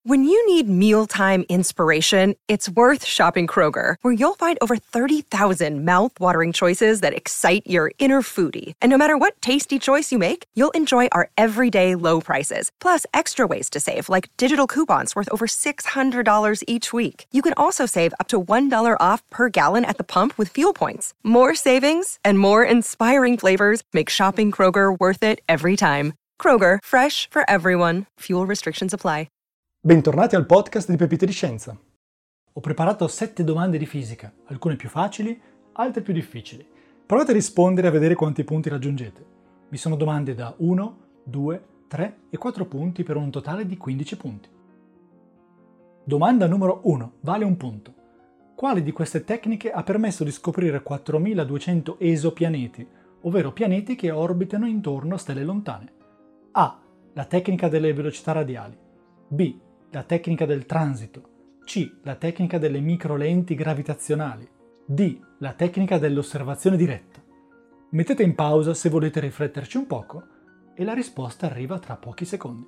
When you need mealtime inspiration, it's worth shopping Kroger, where you'll find over 30,000 mouth-watering choices that excite your inner foodie. And no matter what tasty choice you make, you'll enjoy our everyday low prices, plus extra ways to save, like digital coupons worth over $600 each week. You can also save up to $1 off per gallon at the pump with fuel points. More savings and more inspiring flavors make shopping Kroger worth it every time. Kroger, fresh for everyone. Fuel restrictions apply. Bentornati al podcast di Pepite di Scienza. Ho preparato 7 domande di fisica, alcune più facili, altre più difficili. Provate a rispondere e a vedere quanti punti raggiungete. Vi sono domande da 1, 2, 3 e 4 punti per un totale di 15 punti. Domanda numero 1, vale un punto. Quale di queste tecniche ha permesso di scoprire 4200 esopianeti, ovvero pianeti che orbitano intorno a stelle lontane? A. La tecnica delle velocità radiali. B. La tecnica del transito. C. La tecnica delle microlenti gravitazionali. D. La tecnica dell'osservazione diretta. Mettete in pausa se volete rifletterci un poco e la risposta arriva tra pochi secondi.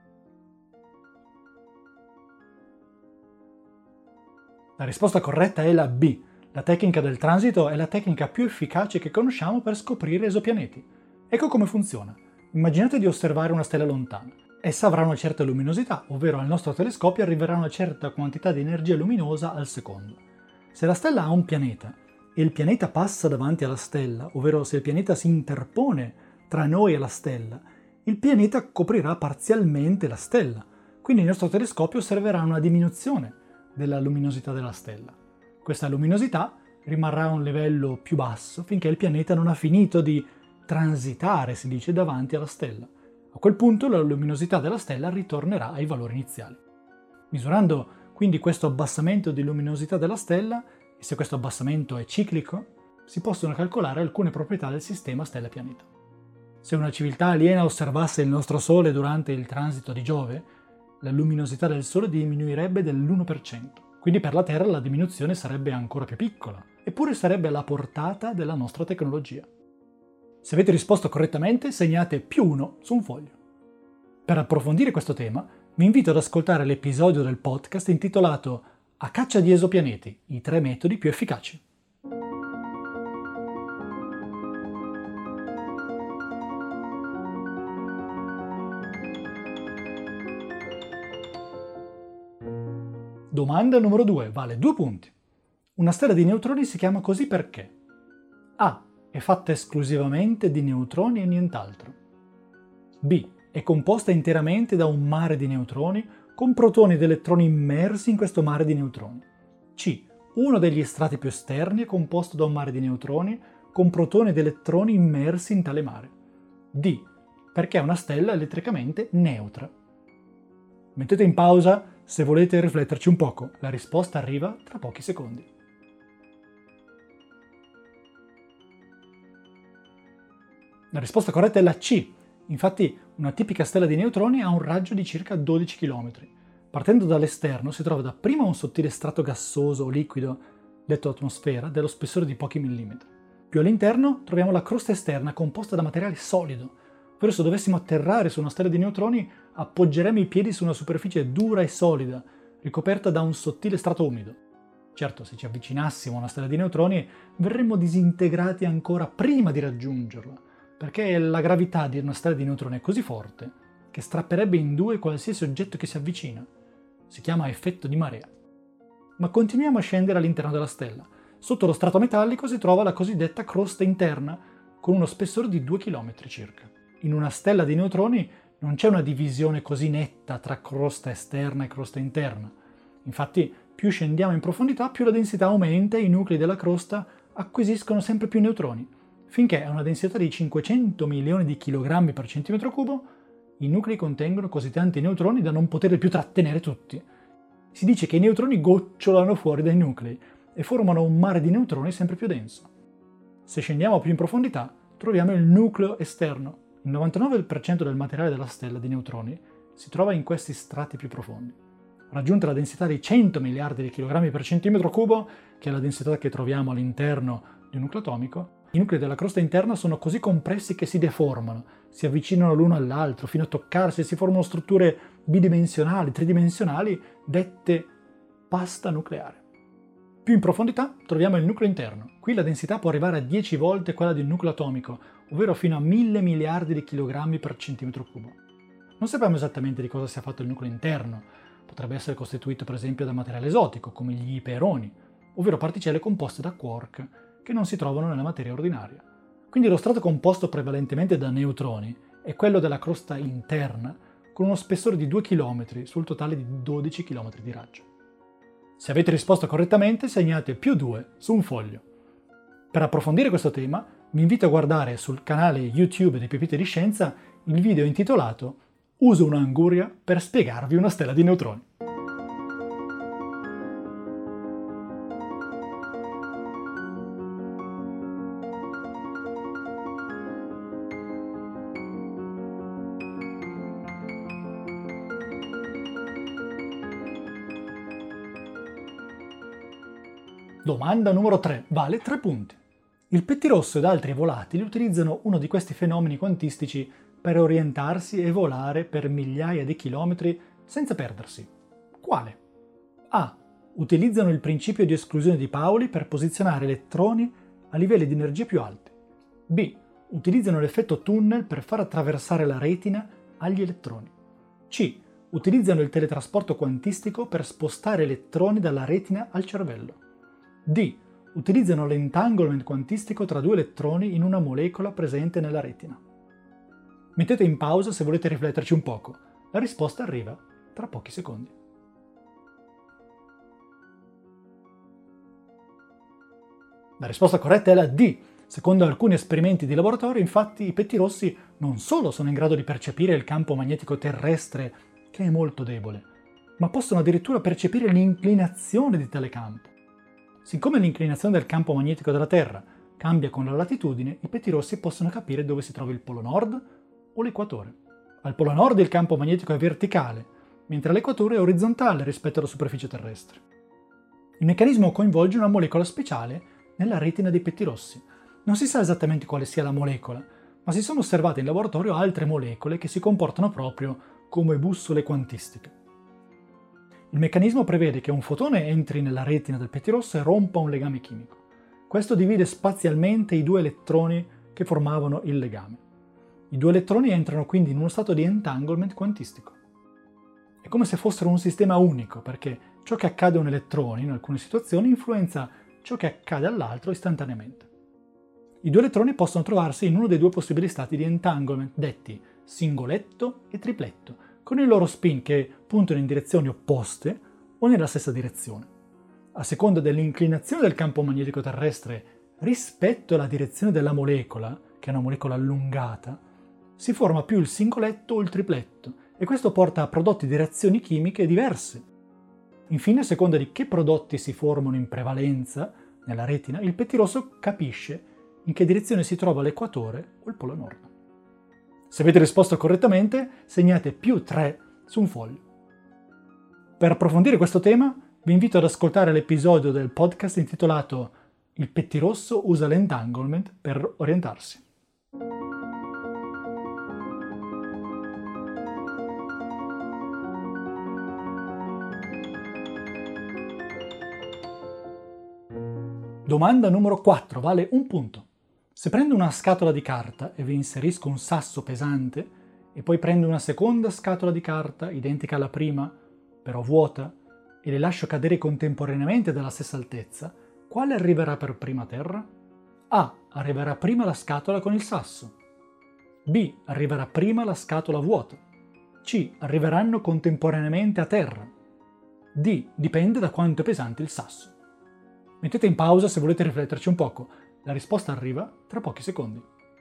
La risposta corretta è la B. La tecnica del transito è la tecnica più efficace che conosciamo per scoprire esopianeti. Ecco come funziona. Immaginate di osservare una stella lontana. Essa avrà una certa luminosità, ovvero al nostro telescopio arriverà una certa quantità di energia luminosa al secondo. Se la stella ha un pianeta e il pianeta passa davanti alla stella, ovvero se il pianeta si interpone tra noi e la stella, il pianeta coprirà parzialmente la stella, quindi il nostro telescopio osserverà una diminuzione della luminosità della stella. Questa luminosità rimarrà a un livello più basso finché il pianeta non ha finito di transitare, si dice, davanti alla stella. A quel punto la luminosità della stella ritornerà ai valori iniziali. Misurando quindi questo abbassamento di luminosità della stella, e se questo abbassamento è ciclico, si possono calcolare alcune proprietà del sistema stella-pianeta. Se una civiltà aliena osservasse il nostro Sole durante il transito di Giove, la luminosità del Sole diminuirebbe dell'1%, quindi per la Terra la diminuzione sarebbe ancora più piccola, eppure sarebbe alla portata della nostra tecnologia. Se avete risposto correttamente, segnate +1 su un foglio. Per approfondire questo tema, vi invito ad ascoltare l'episodio del podcast intitolato A caccia di esopianeti, i 3 metodi più efficaci. Domanda numero 2, vale 2 punti. Una stella di neutroni si chiama così perché? A. È fatta esclusivamente di neutroni e nient'altro. B. È composta interamente da un mare di neutroni con protoni ed elettroni immersi in questo mare di neutroni. C. Uno degli strati più esterni è composto da un mare di neutroni con protoni ed elettroni immersi in tale mare. D. Perché è una stella elettricamente neutra. Mettete in pausa se volete rifletterci un poco. La risposta arriva tra pochi secondi. La risposta corretta è la C. Infatti, una tipica stella di neutroni ha un raggio di circa 12 km. Partendo dall'esterno si trova dapprima un sottile strato gassoso o liquido, detto atmosfera, dello spessore di pochi millimetri. Più all'interno troviamo la crosta esterna composta da materiale solido, ovvero se dovessimo atterrare su una stella di neutroni appoggeremo i piedi su una superficie dura e solida, ricoperta da un sottile strato umido. Certo, se ci avvicinassimo a una stella di neutroni verremmo disintegrati ancora prima di raggiungerla, perché la gravità di una stella di neutroni è così forte che strapperebbe in due qualsiasi oggetto che si avvicina. Si chiama effetto di marea. Ma continuiamo a scendere all'interno della stella. Sotto lo strato metallico si trova la cosiddetta crosta interna, con uno spessore di 2 km circa. In una stella di neutroni non c'è una divisione così netta tra crosta esterna e crosta interna. Infatti, più scendiamo in profondità, più la densità aumenta e i nuclei della crosta acquisiscono sempre più neutroni, finché a una densità di 500 milioni di chilogrammi per centimetro cubo, i nuclei contengono così tanti neutroni da non poterli più trattenere tutti. Si dice che i neutroni gocciolano fuori dai nuclei e formano un mare di neutroni sempre più denso. Se scendiamo più in profondità, troviamo il nucleo esterno. Il 99% del materiale della stella di neutroni si trova in questi strati più profondi. Raggiunta la densità di 100 miliardi di chilogrammi per centimetro cubo, che è la densità che troviamo all'interno di un nucleo atomico, I nuclei della crosta interna sono così compressi che si deformano, si avvicinano l'uno all'altro fino a toccarsi e si formano strutture bidimensionali, tridimensionali, dette pasta nucleare. Più in profondità troviamo il nucleo interno. Qui la densità può arrivare a 10 volte quella di un nucleo atomico, ovvero fino a 1000 miliardi di chilogrammi per centimetro cubo. Non sappiamo esattamente di cosa sia fatto il nucleo interno. Potrebbe essere costituito per esempio da materiale esotico, come gli iperoni, ovvero particelle composte da quark che non si trovano nella materia ordinaria. Quindi lo strato composto prevalentemente da neutroni è quello della crosta interna, con uno spessore di 2 km sul totale di 12 km di raggio. Se avete risposto correttamente, segnate +2 su un foglio. Per approfondire questo tema, vi invito a guardare sul canale YouTube di Pepite di Scienza il video intitolato "Uso un'anguria per spiegarvi una stella di neutroni". Domanda numero 3, vale 3 punti. Il pettirosso ed altri volatili utilizzano uno di questi fenomeni quantistici per orientarsi e volare per migliaia di chilometri senza perdersi. Quale? A. Utilizzano il principio di esclusione di Pauli per posizionare elettroni a livelli di energia più alti. B. Utilizzano l'effetto tunnel per far attraversare la retina agli elettroni. C. Utilizzano il teletrasporto quantistico per spostare elettroni dalla retina al cervello. D. Utilizzano l'entanglement quantistico tra 2 elettroni in una molecola presente nella retina. Mettete in pausa se volete rifletterci un poco. La risposta arriva tra pochi secondi. La risposta corretta è la D. Secondo alcuni esperimenti di laboratorio, infatti, i pettirossi non solo sono in grado di percepire il campo magnetico terrestre, che è molto debole, ma possono addirittura percepire l'inclinazione di tale campo. Siccome l'inclinazione del campo magnetico della Terra cambia con la latitudine, i pettirossi possono capire dove si trova il polo nord o l'equatore. Al polo nord il campo magnetico è verticale, mentre all'equatore è orizzontale rispetto alla superficie terrestre. Il meccanismo coinvolge una molecola speciale nella retina dei pettirossi. Non si sa esattamente quale sia la molecola, ma si sono osservate in laboratorio altre molecole che si comportano proprio come bussole quantistiche. Il meccanismo prevede che un fotone entri nella retina del pettirosso e rompa un legame chimico. Questo divide spazialmente i 2 elettroni che formavano il legame. I 2 elettroni entrano quindi in uno stato di entanglement quantistico. È come se fossero un sistema unico, perché ciò che accade a un elettrone in alcune situazioni influenza ciò che accade all'altro istantaneamente. I 2 elettroni possono trovarsi in uno dei 2 possibili stati di entanglement, detti singoletto e tripletto, con i loro spin che puntano in direzioni opposte o nella stessa direzione. A seconda dell'inclinazione del campo magnetico terrestre rispetto alla direzione della molecola, che è una molecola allungata, si forma più il singoletto o il tripletto, e questo porta a prodotti di reazioni chimiche diverse. Infine, a seconda di che prodotti si formano in prevalenza nella retina, il pettirosso capisce in che direzione si trova l'equatore o il polo nord. Se avete risposto correttamente, segnate +3 su un foglio. Per approfondire questo tema, vi invito ad ascoltare l'episodio del podcast intitolato "Il pettirosso usa l'entanglement per orientarsi". Domanda numero 4, vale un punto. Se prendo una scatola di carta e vi inserisco un sasso pesante e poi prendo una seconda scatola di carta identica alla prima, però vuota, e le lascio cadere contemporaneamente dalla stessa altezza, quale arriverà per prima a terra? A. Arriverà prima la scatola con il sasso. B. Arriverà prima la scatola vuota. C. Arriveranno contemporaneamente a terra. D. Dipende da quanto è pesante il sasso. Mettete in pausa se volete rifletterci un poco. La risposta arriva tra pochi secondi.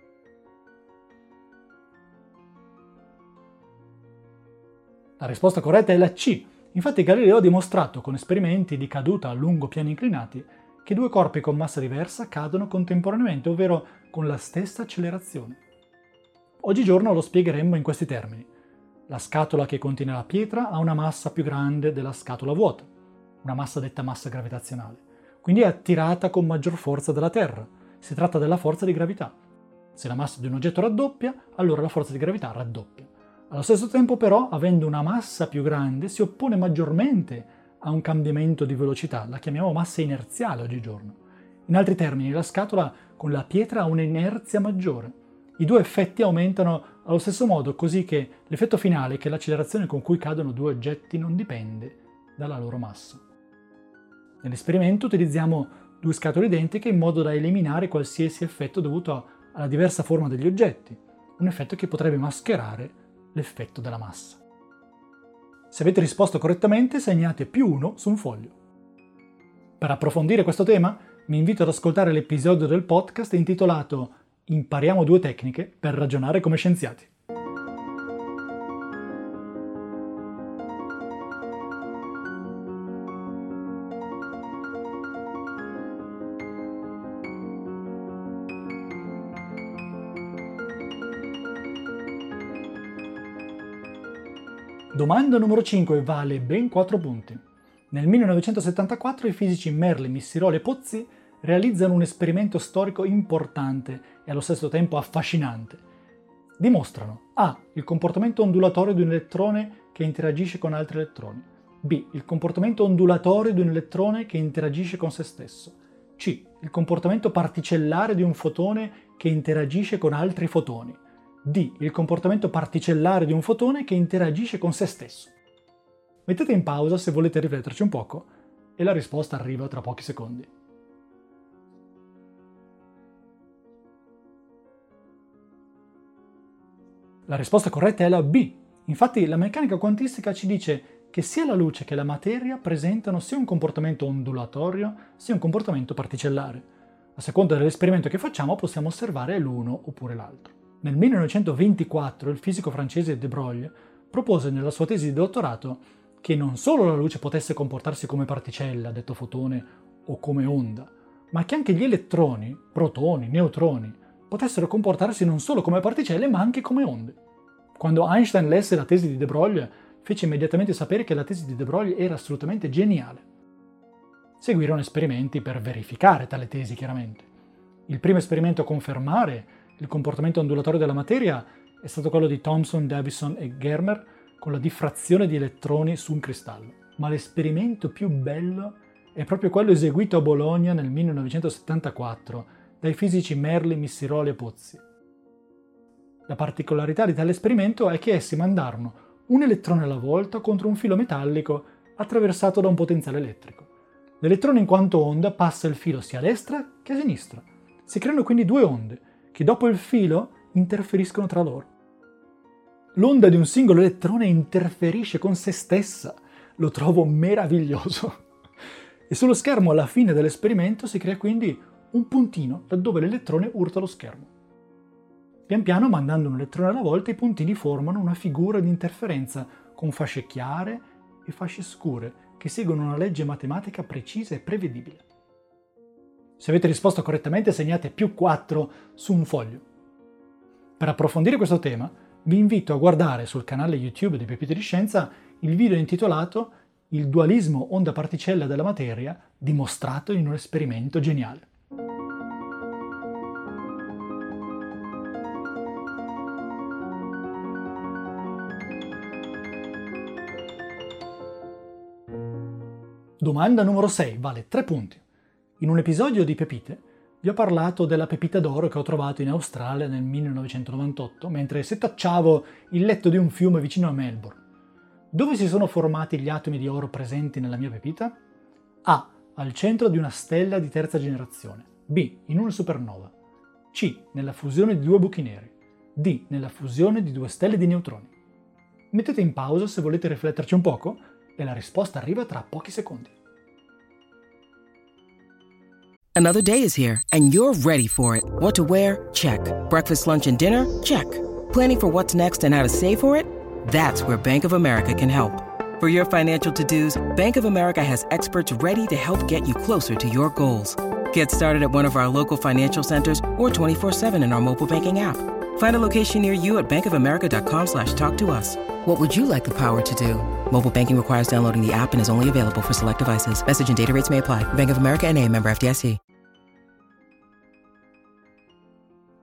La risposta corretta è la C. Infatti Galileo ha dimostrato con esperimenti di caduta lungo piani inclinati che 2 corpi con massa diversa cadono contemporaneamente, ovvero con la stessa accelerazione. Oggigiorno lo spiegheremmo in questi termini. La scatola che contiene la pietra ha una massa più grande della scatola vuota, una massa detta massa gravitazionale. Quindi è attirata con maggior forza dalla Terra. Si tratta della forza di gravità. Se la massa di un oggetto raddoppia, allora la forza di gravità raddoppia. Allo stesso tempo però, avendo una massa più grande, si oppone maggiormente a un cambiamento di velocità, la chiamiamo massa inerziale oggigiorno. In altri termini, la scatola con la pietra ha un'inerzia maggiore. I due effetti aumentano allo stesso modo, così che l'effetto finale è che l'accelerazione con cui cadono due oggetti non dipende dalla loro massa. Nell'esperimento utilizziamo due scatole identiche in modo da eliminare qualsiasi effetto dovuto alla diversa forma degli oggetti, un effetto che potrebbe mascherare l'effetto della massa. Se avete risposto correttamente, segnate +1 su un foglio. Per approfondire questo tema, vi invito ad ascoltare l'episodio del podcast intitolato Impariamo due tecniche per ragionare come scienziati. Domanda numero 5 vale ben 4 punti. Nel 1974 i fisici Merli, Missiroli e Pozzi realizzano un esperimento storico importante e allo stesso tempo affascinante. Dimostrano A. Il comportamento ondulatorio di un elettrone che interagisce con altri elettroni. B. Il comportamento ondulatorio di un elettrone che interagisce con se stesso. C. Il comportamento particellare di un fotone che interagisce con altri fotoni. D. Il comportamento particellare di un fotone che interagisce con se stesso. Mettete in pausa se volete rifletterci un poco e la risposta arriva tra pochi secondi. La risposta corretta è la B. Infatti la meccanica quantistica ci dice che sia la luce che la materia presentano sia un comportamento ondulatorio sia un comportamento particellare. A seconda dell'esperimento che facciamo possiamo osservare l'uno oppure l'altro. Nel 1924 il fisico francese De Broglie propose nella sua tesi di dottorato che non solo la luce potesse comportarsi come particella, detto fotone, o come onda, ma che anche gli elettroni, protoni, neutroni, potessero comportarsi non solo come particelle ma anche come onde. Quando Einstein lesse la tesi di De Broglie, fece immediatamente sapere che la tesi di De Broglie era assolutamente geniale. Seguirono esperimenti per verificare tale tesi, chiaramente. Il primo esperimento a confermare il comportamento ondulatorio della materia è stato quello di Thomson, Davison e Germer con la diffrazione di elettroni su un cristallo. Ma l'esperimento più bello è proprio quello eseguito a Bologna nel 1974 dai fisici Merli, Missiroli e Pozzi. La particolarità di tale esperimento è che essi mandarono un elettrone alla volta contro un filo metallico attraversato da un potenziale elettrico. L'elettrone in quanto onda passa il filo sia a destra che a sinistra. Si creano quindi due onde che dopo il filo interferiscono tra loro. L'onda di un singolo elettrone interferisce con se stessa. Lo trovo meraviglioso. E sullo schermo alla fine dell'esperimento si crea quindi un puntino laddove l'elettrone urta lo schermo. Pian piano, mandando un elettrone alla volta, i puntini formano una figura di interferenza con fasce chiare e fasce scure che seguono una legge matematica precisa e prevedibile. Se avete risposto correttamente segnate +4 su un foglio. Per approfondire questo tema vi invito a guardare sul canale YouTube di Pepite di Scienza il video intitolato Il dualismo onda-particella della materia dimostrato in un esperimento geniale. Domanda numero 6 vale 3 punti. In un episodio di Pepite vi ho parlato della pepita d'oro che ho trovato in Australia nel 1998 mentre setacciavo il letto di un fiume vicino a Melbourne. Dove si sono formati gli atomi di oro presenti nella mia pepita? A. Al centro di una stella di terza generazione. B. In una supernova. C. Nella fusione di due buchi neri. D. Nella fusione di due stelle di neutroni. Mettete in pausa se volete rifletterci un poco e la risposta arriva tra pochi secondi. Another day is here, and you're ready for it. What to wear? Check. Breakfast, lunch, and dinner? Check. Planning for what's next and how to save for it? That's where Bank of America can help. For your financial to-dos, Bank of America has experts ready to help get you closer to your goals. Get started at one of our local financial centers or 24/7 in our mobile banking app. Find a location near you at bankofamerica.com/talktous. What would you like the power to do? Mobile banking requires downloading the app and is only available for select devices. Message and data rates may apply. Bank of America NA, member FDIC.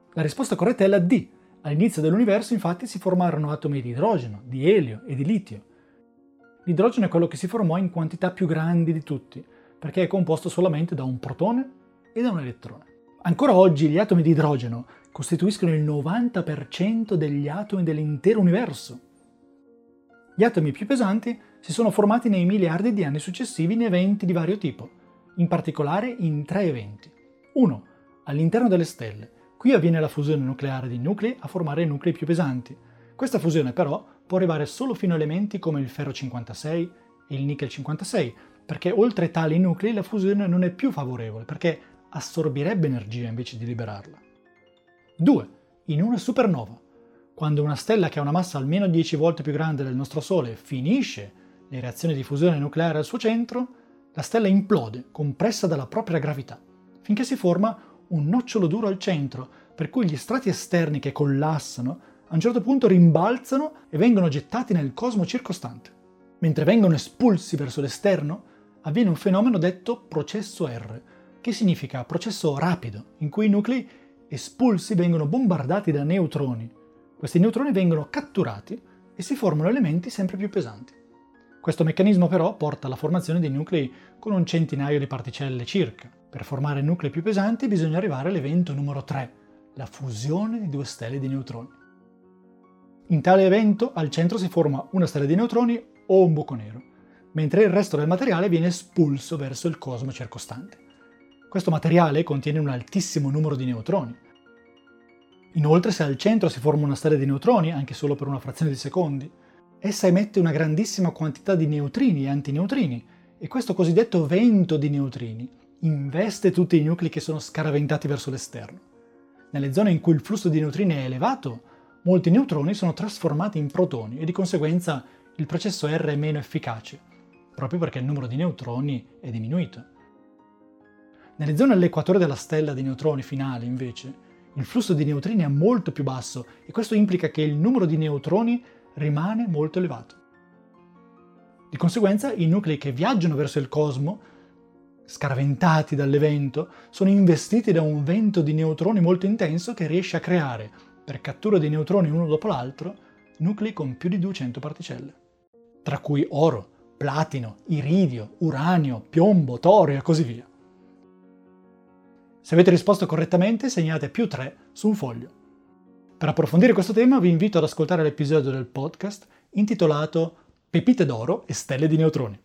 La risposta corretta è la D. All'inizio dell'universo infatti si formarono atomi di idrogeno, di elio e di litio. L'idrogeno è quello che si formò in quantità più grandi di tutti, perché è composto solamente da un protone e da un elettrone. Ancora oggi gli atomi di idrogeno costituiscono il 90% degli atomi dell'intero universo. Gli atomi più pesanti si sono formati nei miliardi di anni successivi in eventi di vario tipo, in particolare in 3 eventi. 1. All'interno delle stelle. Qui avviene la fusione nucleare di nuclei a formare i nuclei più pesanti. Questa fusione però può arrivare solo fino a elementi come il ferro 56 e il nickel 56, perché oltre tali nuclei la fusione non è più favorevole, perché assorbirebbe energia invece di liberarla. 2. In una supernova. Quando una stella che ha una massa almeno 10 volte più grande del nostro Sole finisce le reazioni di fusione nucleare al suo centro, la stella implode, compressa dalla propria gravità, finché si forma un nocciolo duro al centro, per cui gli strati esterni che collassano a un certo punto rimbalzano e vengono gettati nel cosmo circostante. Mentre vengono espulsi verso l'esterno, avviene un fenomeno detto processo R, che significa processo rapido, in cui i nuclei espulsi vengono bombardati da neutroni. Questi neutroni vengono catturati e si formano elementi sempre più pesanti. Questo meccanismo però porta alla formazione di nuclei con un centinaio di particelle circa. Per formare nuclei più pesanti bisogna arrivare all'evento numero 3, la fusione di 2 stelle di neutroni. In tale evento al centro si forma una stella di neutroni o un buco nero, mentre il resto del materiale viene espulso verso il cosmo circostante. Questo materiale contiene un altissimo numero di neutroni. Inoltre, se al centro si forma una stella di neutroni, anche solo per una frazione di secondi, essa emette una grandissima quantità di neutrini e antineutrini, e questo cosiddetto vento di neutrini investe tutti i nuclei che sono scaraventati verso l'esterno. Nelle zone in cui il flusso di neutrini è elevato, molti neutroni sono trasformati in protoni e di conseguenza il processo R è meno efficace, proprio perché il numero di neutroni è diminuito. Nelle zone all'equatore della stella di neutroni finale, invece, il flusso di neutrini è molto più basso e questo implica che il numero di neutroni rimane molto elevato. Di conseguenza, i nuclei che viaggiano verso il cosmo, scaraventati dall'evento, sono investiti da un vento di neutroni molto intenso che riesce a creare, per cattura di neutroni uno dopo l'altro, nuclei con più di 200 particelle, tra cui oro, platino, iridio, uranio, piombo, torio e così via. Se avete risposto correttamente, segnate +3 su un foglio. Per approfondire questo tema vi invito ad ascoltare l'episodio del podcast intitolato Pepite d'oro e stelle di neutroni.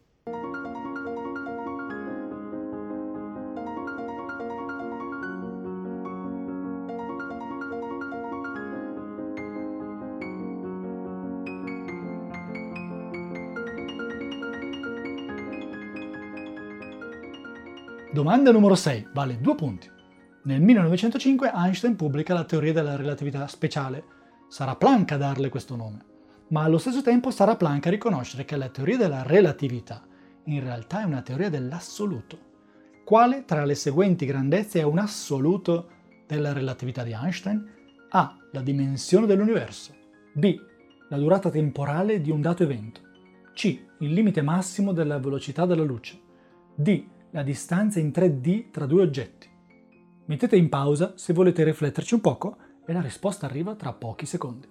Domanda numero 6, vale 2 punti. Nel 1905 Einstein pubblica la teoria della relatività speciale. Sarà Planck a darle questo nome. Ma allo stesso tempo sarà Planck a riconoscere che la teoria della relatività in realtà è una teoria dell'assoluto. Quale tra le seguenti grandezze è un assoluto della relatività di Einstein? A. La dimensione dell'universo. B. La durata temporale di un dato evento. C. Il limite massimo della velocità della luce. D. La distanza in 3D tra 2 oggetti. Mettete in pausa se volete rifletterci un poco e la risposta arriva tra pochi secondi.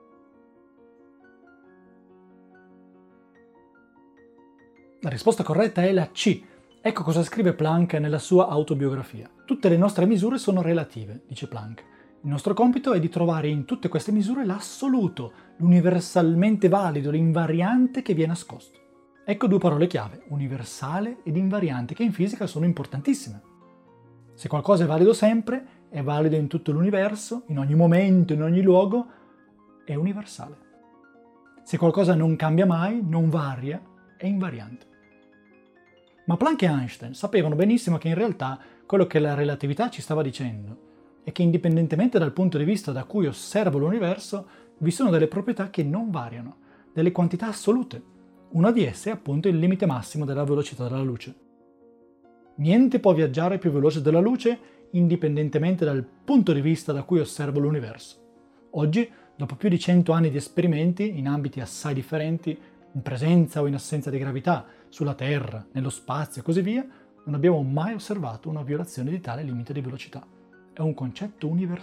La risposta corretta è la C. Ecco cosa scrive Planck nella sua autobiografia. Tutte le nostre misure sono relative, dice Planck. Il nostro compito è di trovare in tutte queste misure l'assoluto, l'universalmente valido, l'invariante che vi è nascosto. Ecco 2 parole chiave, universale ed invariante, che in fisica sono importantissime. Se qualcosa è valido sempre, è valido in tutto l'universo, in ogni momento, in ogni luogo, è universale. Se qualcosa non cambia mai, non varia, è invariante. Ma Planck e Einstein sapevano benissimo che in realtà quello che la relatività ci stava dicendo è che indipendentemente dal punto di vista da cui osservo l'universo, vi sono delle proprietà che non variano, delle quantità assolute. Una di esse è appunto il limite massimo della velocità della luce. Niente può viaggiare più veloce della luce indipendentemente dal punto di vista da cui osservo l'universo. Oggi, dopo più di 100 anni di esperimenti in ambiti assai differenti, in presenza o in assenza di gravità, sulla Terra, nello spazio e così via, non abbiamo mai osservato una violazione di tale limite di velocità. È un concetto universale.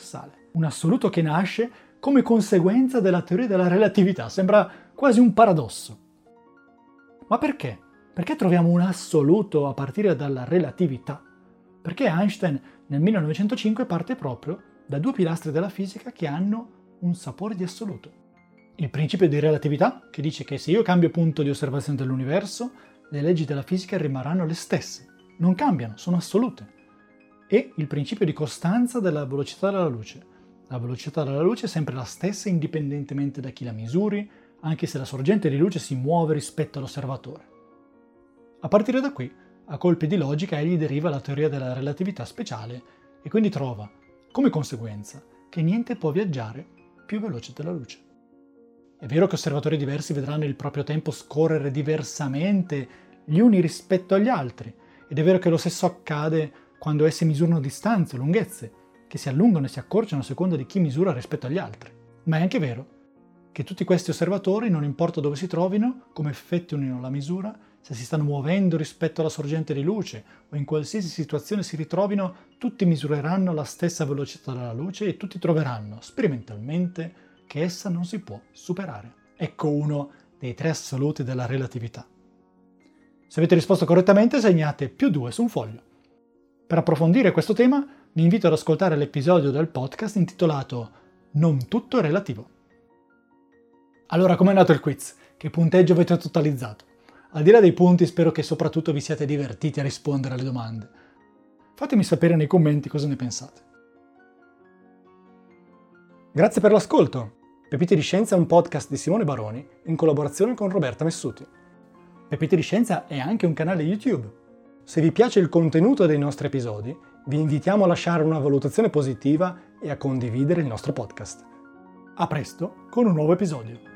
Un assoluto che nasce come conseguenza della teoria della relatività. Sembra quasi un paradosso. Ma perché? Perché troviamo un assoluto a partire dalla relatività? Perché Einstein nel 1905 parte proprio da due pilastri della fisica che hanno un sapore di assoluto. Il principio di relatività, che dice che se io cambio punto di osservazione dell'universo, le leggi della fisica rimarranno le stesse, non cambiano, sono assolute. E il principio di costanza della velocità della luce. La velocità della luce è sempre la stessa indipendentemente da chi la misuri, anche se la sorgente di luce si muove rispetto all'osservatore. A partire da qui, a colpi di logica, egli deriva la teoria della relatività speciale e quindi trova, come conseguenza, che niente può viaggiare più veloce della luce. È vero che osservatori diversi vedranno il proprio tempo scorrere diversamente gli uni rispetto agli altri, ed è vero che lo stesso accade quando essi misurano distanze o lunghezze, che si allungano e si accorciano a seconda di chi misura rispetto agli altri. Ma è anche vero che tutti questi osservatori, non importa dove si trovino, come effettuino la misura, se si stanno muovendo rispetto alla sorgente di luce o in qualsiasi situazione si ritrovino, tutti misureranno la stessa velocità della luce e tutti troveranno, sperimentalmente, che essa non si può superare. Ecco uno dei tre assoluti della relatività. Se avete risposto correttamente, segnate +2 su un foglio. Per approfondire questo tema, vi invito ad ascoltare l'episodio del podcast intitolato Non tutto è relativo. Allora, com'è nato il quiz? Che punteggio avete totalizzato? Al di là dei punti, spero che soprattutto vi siate divertiti a rispondere alle domande. Fatemi sapere nei commenti cosa ne pensate. Grazie per l'ascolto! Pepite di Scienza è un podcast di Simone Baroni in collaborazione con Roberta Messuti. Pepite di Scienza è anche un canale YouTube. Se vi piace il contenuto dei nostri episodi, vi invitiamo a lasciare una valutazione positiva e a condividere il nostro podcast. A presto con un nuovo episodio!